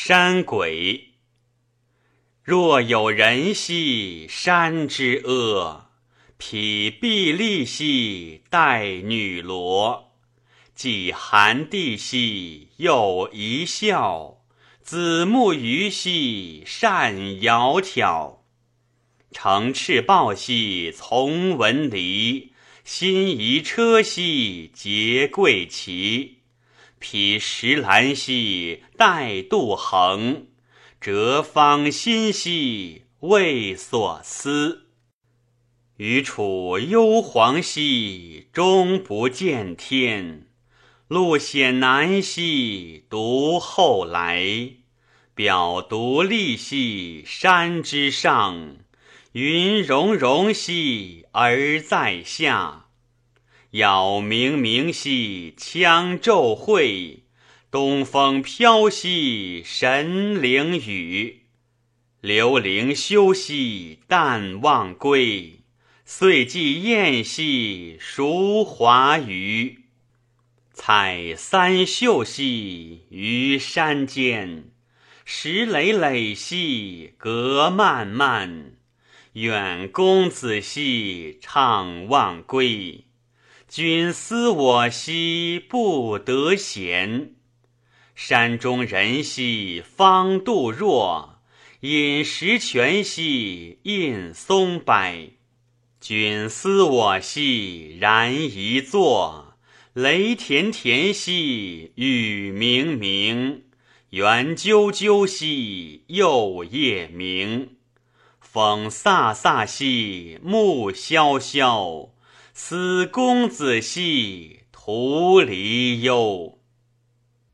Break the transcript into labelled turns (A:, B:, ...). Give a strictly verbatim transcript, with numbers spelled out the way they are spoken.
A: 山鬼。若有人兮山之阿，匹臂力兮带女罗。既寒地兮又一笑，子木鱼兮善窈窕。乘赤豹兮从文离，心仪车兮结贵旗。披石兰兮带杜衡，折芳心兮为所思。余处幽篁兮终不见天，路险难兮独后来。表独立兮山之上，云溶溶兮而在下。杳冥冥兮羌骤晦，东风飘兮神灵语。流灵休兮淡忘归，岁既晏兮孰华余。采三秀兮于山间，石累累兮隔漫漫。远公子兮怅望归，君思我兮不得闲。山中人兮方度若，饮石泉兮印松柏。君思我兮然一坐，雷田田兮雨冥冥。猿啾啾兮又夜明，风飒飒兮木萧萧。思公子兮徒离忧。